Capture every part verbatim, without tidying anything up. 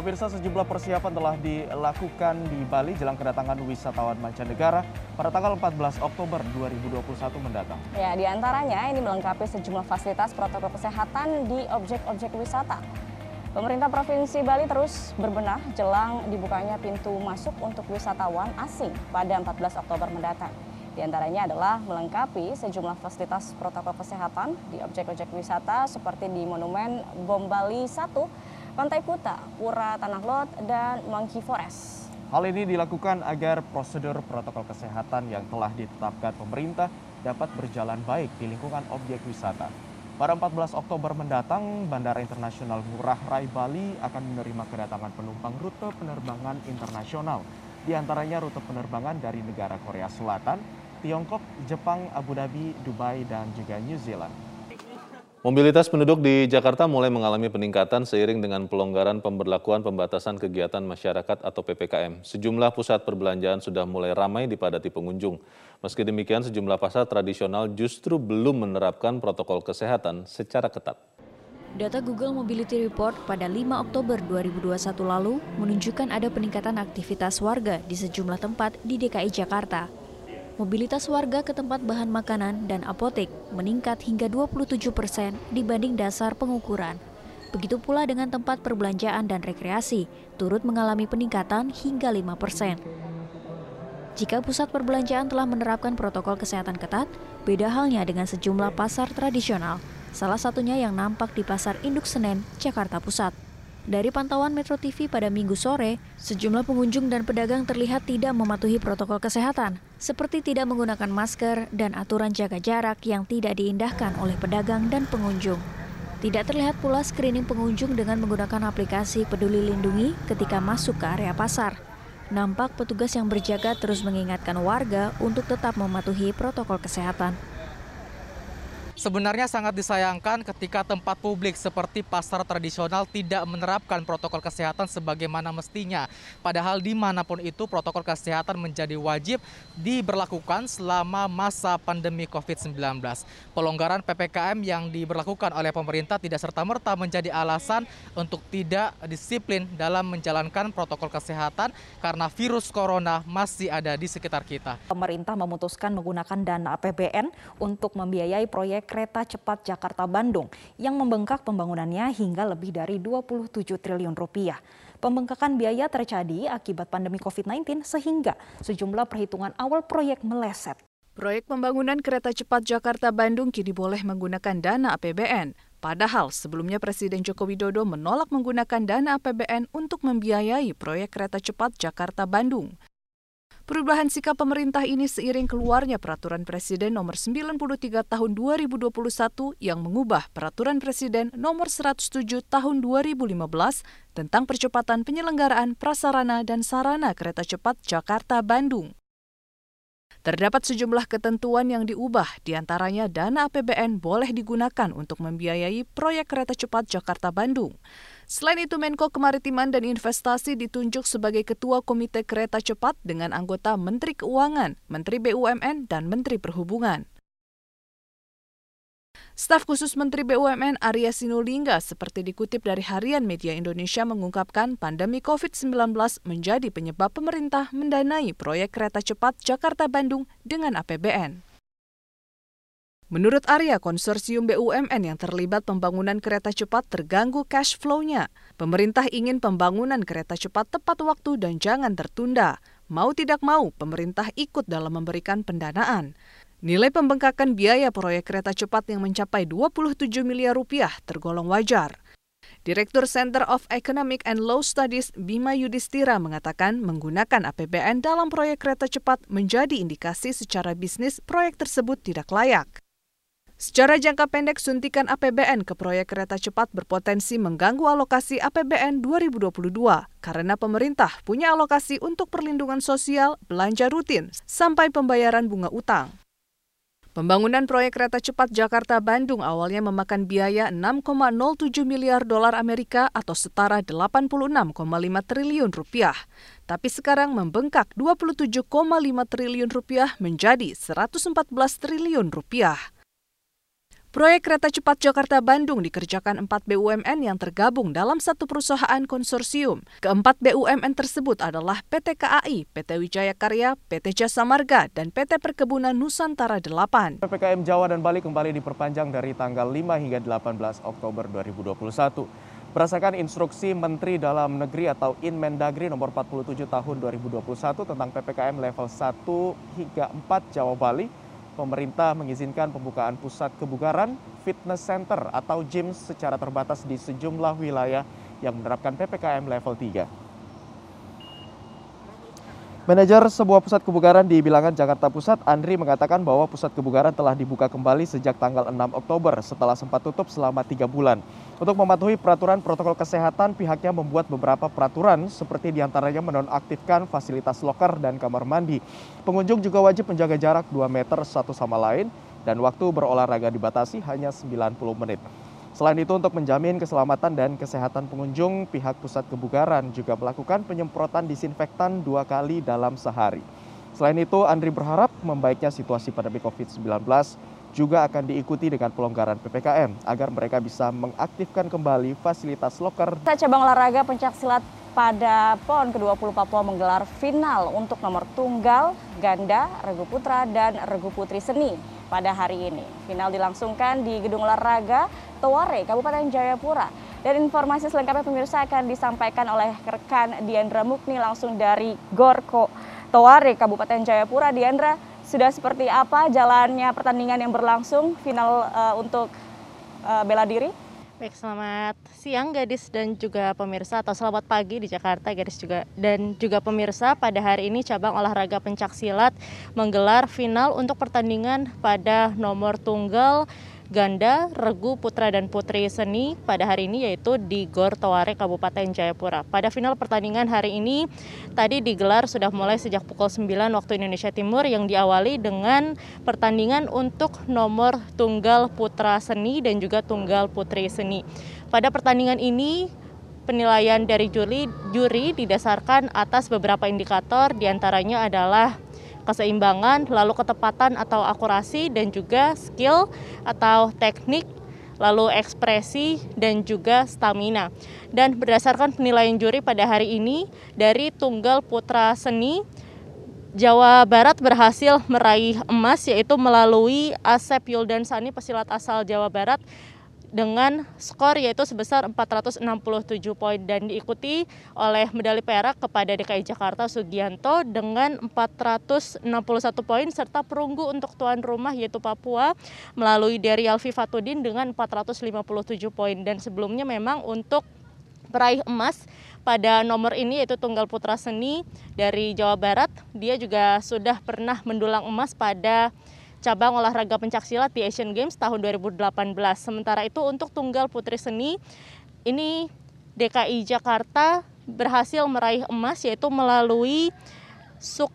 Pemirsa, sejumlah persiapan telah dilakukan di Bali jelang kedatangan wisatawan mancanegara pada tanggal empat belas Oktober dua ribu dua puluh satu mendatang. Ya, di antaranya ini melengkapi sejumlah fasilitas protokol kesehatan di objek-objek wisata. Pemerintah Provinsi Bali terus berbenah jelang dibukanya pintu masuk untuk wisatawan asing pada empat belas Oktober mendatang. Di antaranya adalah melengkapi sejumlah fasilitas protokol kesehatan di objek-objek wisata seperti di Monumen Bom Bali satu, Pantai Kuta, Pura Tanah Lot, dan Monkey Forest. Hal ini dilakukan agar prosedur protokol kesehatan yang telah ditetapkan pemerintah dapat berjalan baik di lingkungan objek wisata. Pada empat belas Oktober mendatang, Bandara Internasional Ngurah Rai Bali akan menerima kedatangan penumpang rute penerbangan internasional. Di antaranya rute penerbangan dari negara Korea Selatan, Tiongkok, Jepang, Abu Dhabi, Dubai, dan juga New Zealand. Mobilitas penduduk di Jakarta mulai mengalami peningkatan seiring dengan pelonggaran pemberlakuan pembatasan kegiatan masyarakat atau P P K M. Sejumlah pusat perbelanjaan sudah mulai ramai dipadati pengunjung. Meski demikian, sejumlah pasar tradisional justru belum menerapkan protokol kesehatan secara ketat. Data Google Mobility Report pada lima Oktober dua ribu dua puluh satu lalu menunjukkan ada peningkatan aktivitas warga di sejumlah tempat di D K I Jakarta. Mobilitas warga ke tempat bahan makanan dan apotek meningkat hingga dua puluh tujuh persen dibanding dasar pengukuran. Begitu pula dengan tempat perbelanjaan dan rekreasi, turut mengalami peningkatan hingga lima persen. Jika pusat perbelanjaan telah menerapkan protokol kesehatan ketat, beda halnya dengan sejumlah pasar tradisional, salah satunya yang nampak di Pasar Induk Senen, Jakarta Pusat. Dari pantauan Metro T V pada Minggu sore, sejumlah pengunjung dan pedagang terlihat tidak mematuhi protokol kesehatan, seperti tidak menggunakan masker dan aturan jaga jarak yang tidak diindahkan oleh pedagang dan pengunjung. Tidak terlihat pula screening pengunjung dengan menggunakan aplikasi Peduli Lindungi ketika masuk ke area pasar. Nampak petugas yang berjaga terus mengingatkan warga untuk tetap mematuhi protokol kesehatan. Sebenarnya sangat disayangkan ketika tempat publik seperti pasar tradisional tidak menerapkan protokol kesehatan sebagaimana mestinya. Padahal dimanapun itu protokol kesehatan menjadi wajib diberlakukan selama masa pandemi covid sembilan belas. Pelonggaran P P K M yang diberlakukan oleh pemerintah tidak serta-merta menjadi alasan untuk tidak disiplin dalam menjalankan protokol kesehatan karena virus corona masih ada di sekitar kita. Pemerintah memutuskan menggunakan dana A P B N untuk membiayai proyek kereta cepat Jakarta-Bandung yang membengkak pembangunannya hingga lebih dari dua puluh tujuh triliun rupiah. Pembengkakan biaya terjadi akibat pandemi covid sembilan belas sehingga sejumlah perhitungan awal proyek meleset. Proyek pembangunan kereta cepat Jakarta-Bandung kini boleh menggunakan dana A P B N. Padahal sebelumnya Presiden Joko Widodo menolak menggunakan dana A P B N untuk membiayai proyek kereta cepat Jakarta-Bandung. Perubahan sikap pemerintah ini seiring keluarnya Peraturan Presiden Nomor sembilan puluh tiga Tahun dua ribu dua puluh satu yang mengubah Peraturan Presiden Nomor seratus tujuh Tahun dua ribu lima belas tentang percepatan penyelenggaraan prasarana dan sarana kereta cepat Jakarta-Bandung. Terdapat sejumlah ketentuan yang diubah, diantaranya dana A P B N boleh digunakan untuk membiayai proyek kereta cepat Jakarta-Bandung. Selain itu, Menko Kemaritiman dan Investasi ditunjuk sebagai Ketua Komite Kereta Cepat dengan anggota Menteri Keuangan, Menteri B U M N, dan Menteri Perhubungan. Staf khusus Menteri B U M N Arya Sinulinga seperti dikutip dari Harian Media Indonesia mengungkapkan pandemi covid sembilan belas menjadi penyebab pemerintah mendanai proyek kereta cepat Jakarta-Bandung dengan A P B N. Menurut Arya, konsorsium B U M N yang terlibat pembangunan kereta cepat terganggu cash flow-nya. Pemerintah ingin pembangunan kereta cepat tepat waktu dan jangan tertunda. Mau tidak mau, pemerintah ikut dalam memberikan pendanaan. Nilai pembengkakan biaya proyek kereta cepat yang mencapai dua puluh tujuh miliar rupiah tergolong wajar. Direktur Center of Economic and Law Studies Bima Yudhistira mengatakan menggunakan A P B N dalam proyek kereta cepat menjadi indikasi secara bisnis proyek tersebut tidak layak. Secara jangka pendek, suntikan A P B N ke proyek kereta cepat berpotensi mengganggu alokasi A P B N dua ribu dua puluh dua karena pemerintah punya alokasi untuk perlindungan sosial, belanja rutin, sampai pembayaran bunga utang. Pembangunan proyek kereta cepat Jakarta-Bandung awalnya memakan biaya enam koma nol tujuh miliar dolar Amerika atau setara delapan puluh enam koma lima triliun rupiah. Tapi sekarang membengkak dua puluh tujuh koma lima triliun rupiah menjadi seratus empat belas triliun rupiah. Proyek kereta cepat Jakarta-Bandung dikerjakan empat B U M N yang tergabung dalam satu perusahaan konsorsium. Keempat B U M N tersebut adalah P T K A I, P T Wijaya Karya, P T Jasa Marga, dan P T Perkebunan Nusantara delapan. P P K M Jawa dan Bali kembali diperpanjang dari tanggal lima hingga delapan belas Oktober dua ribu dua puluh satu. Berdasarkan instruksi Menteri Dalam Negeri atau Inmendagri nomor empat puluh tujuh tahun dua ribu dua puluh satu tentang P P K M level satu hingga empat Jawa Bali, pemerintah mengizinkan pembukaan pusat kebugaran, fitness center atau gym secara terbatas di sejumlah wilayah yang menerapkan P P K M level tiga. Manajer sebuah pusat kebugaran di Bilangan, Jakarta Pusat, Andri, mengatakan bahwa pusat kebugaran telah dibuka kembali sejak tanggal enam Oktober setelah sempat tutup selama tiga bulan. Untuk mematuhi peraturan protokol kesehatan, pihaknya membuat beberapa peraturan seperti diantaranya menonaktifkan fasilitas loker dan kamar mandi. Pengunjung juga wajib menjaga jarak dua meter satu sama lain dan waktu berolahraga dibatasi hanya sembilan puluh menit. Selain itu, untuk menjamin keselamatan dan kesehatan pengunjung, pihak pusat kebugaran juga melakukan penyemprotan disinfektan dua kali dalam sehari. Selain itu, Andri berharap membaiknya situasi pandemi covid sembilan belas juga akan diikuti dengan pelonggaran P P K M agar mereka bisa mengaktifkan kembali fasilitas loker. Cabang olahraga pencaksilat pada PON ke dua puluh Papua menggelar final untuk nomor tunggal, ganda, regu putra, dan regu putri seni pada hari ini. Final dilangsungkan di Gedung Olahraga Toware, Kabupaten Jayapura. Dan informasi selengkapnya pemirsa akan disampaikan oleh rekan Diandra Mukni langsung dari Gorko Toware, Kabupaten Jayapura. Diandra, sudah seperti apa jalannya pertandingan yang berlangsung final uh, untuk uh, bela diri? Baik, selamat siang Gadis dan juga pemirsa, atau selamat pagi di Jakarta Gadis juga dan juga pemirsa. Pada hari ini cabang olahraga pencaksilat menggelar final untuk pertandingan pada nomor tunggal, ganda, regu putra dan putri seni pada hari ini, yaitu di Gor Toware, Kabupaten Jayapura. Pada final pertandingan hari ini tadi digelar sudah mulai sejak pukul sembilan waktu Indonesia Timur, yang diawali dengan pertandingan untuk nomor tunggal putra seni dan juga tunggal putri seni. Pada pertandingan ini penilaian dari juri, juri didasarkan atas beberapa indikator, diantaranya adalah keseimbangan, lalu ketepatan atau akurasi, dan juga skill atau teknik, lalu ekspresi, dan juga stamina. Dan berdasarkan penilaian juri pada hari ini, dari tunggal putra seni, Jawa Barat berhasil meraih emas, yaitu melalui Asep Yuldansani, pesilat asal Jawa Barat, dengan skor yaitu sebesar empat ratus enam puluh tujuh poin, dan diikuti oleh medali perak kepada D K I Jakarta Sugianto dengan empat ratus enam puluh satu poin, serta perunggu untuk tuan rumah yaitu Papua melalui Dery Alfi Fatudin dengan empat ratus lima puluh tujuh poin. Dan sebelumnya memang untuk peraih emas pada nomor ini yaitu tunggal putra seni dari Jawa Barat, dia juga sudah pernah mendulang emas pada cabang olahraga pencaksilat di Asian Games tahun dua ribu delapan belas. Sementara itu untuk tunggal putri seni, ini D K I Jakarta berhasil meraih emas yaitu melalui suk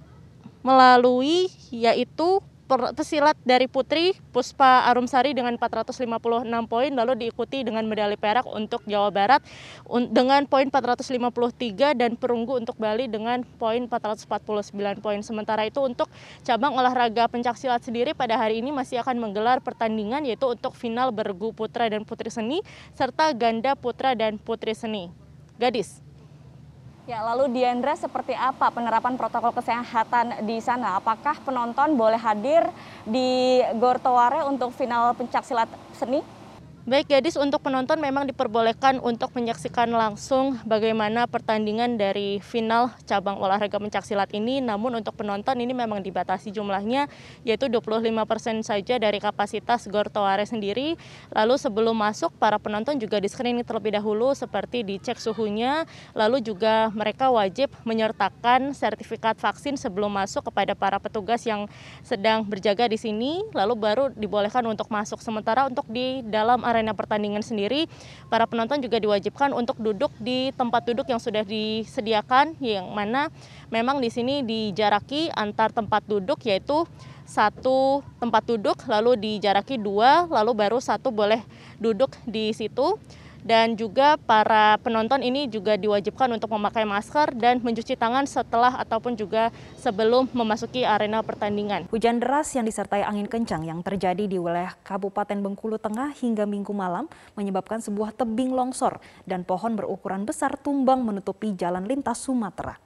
melalui yaitu pesilat dari putri Puspa Arumsari dengan empat ratus lima puluh enam poin, lalu diikuti dengan medali perak untuk Jawa Barat dengan poin empat ratus lima puluh tiga dan perunggu untuk Bali dengan poin empat ratus empat puluh sembilan poin. Sementara itu untuk cabang olahraga pencaksilat sendiri pada hari ini masih akan menggelar pertandingan yaitu untuk final bergu putra dan putri seni serta ganda putra dan putri seni. Gadis. Ya, lalu Diandra, seperti apa penerapan protokol kesehatan di sana? Apakah penonton boleh hadir di Gor Toware untuk final pencaksilat seni? Baik Gadis, untuk penonton memang diperbolehkan untuk menyaksikan langsung bagaimana pertandingan dari final cabang olahraga pencaksilat ini. Namun untuk penonton ini memang dibatasi jumlahnya, yaitu dua puluh lima persen saja dari kapasitas Gor Toware sendiri. Lalu sebelum masuk, para penonton juga di-screening terlebih dahulu seperti dicek suhunya. Lalu juga mereka wajib menyertakan sertifikat vaksin sebelum masuk kepada para petugas yang sedang berjaga di sini. Lalu baru dibolehkan untuk masuk. Sementara untuk di dalam arena pertandingan sendiri, para penonton juga diwajibkan untuk duduk di tempat duduk yang sudah disediakan, yang mana memang di sini dijaraki antar tempat duduk, yaitu satu tempat duduk lalu dijaraki dua, lalu baru satu boleh duduk di situ. Dan juga para penonton ini juga diwajibkan untuk memakai masker dan mencuci tangan setelah ataupun juga sebelum memasuki arena pertandingan. Hujan deras yang disertai angin kencang yang terjadi di wilayah Kabupaten Bengkulu Tengah hingga Minggu malam menyebabkan sebuah tebing longsor dan pohon berukuran besar tumbang menutupi jalan lintas Sumatera.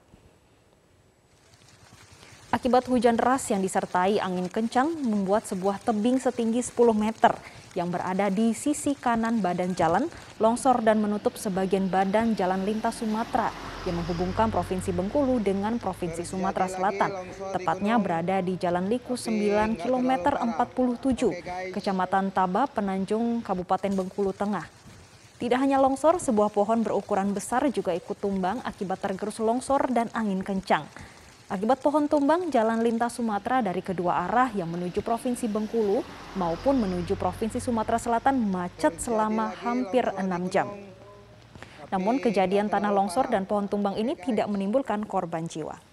Akibat hujan deras yang disertai angin kencang membuat sebuah tebing setinggi sepuluh meter yang berada di sisi kanan badan jalan longsor dan menutup sebagian badan jalan lintas Sumatera yang menghubungkan Provinsi Bengkulu dengan Provinsi Sumatera Selatan, tepatnya berada di Jalan Liku sembilan kilometer empat puluh tujuh, Kecamatan Taba, Penanjung, Kabupaten Bengkulu Tengah. Tidak hanya longsor, sebuah pohon berukuran besar juga ikut tumbang akibat tergerus longsor dan angin kencang. Akibat pohon tumbang, jalan lintas Sumatera dari kedua arah yang menuju Provinsi Bengkulu maupun menuju Provinsi Sumatera Selatan macet selama hampir enam jam. Namun kejadian tanah longsor dan pohon tumbang ini tidak menimbulkan korban jiwa.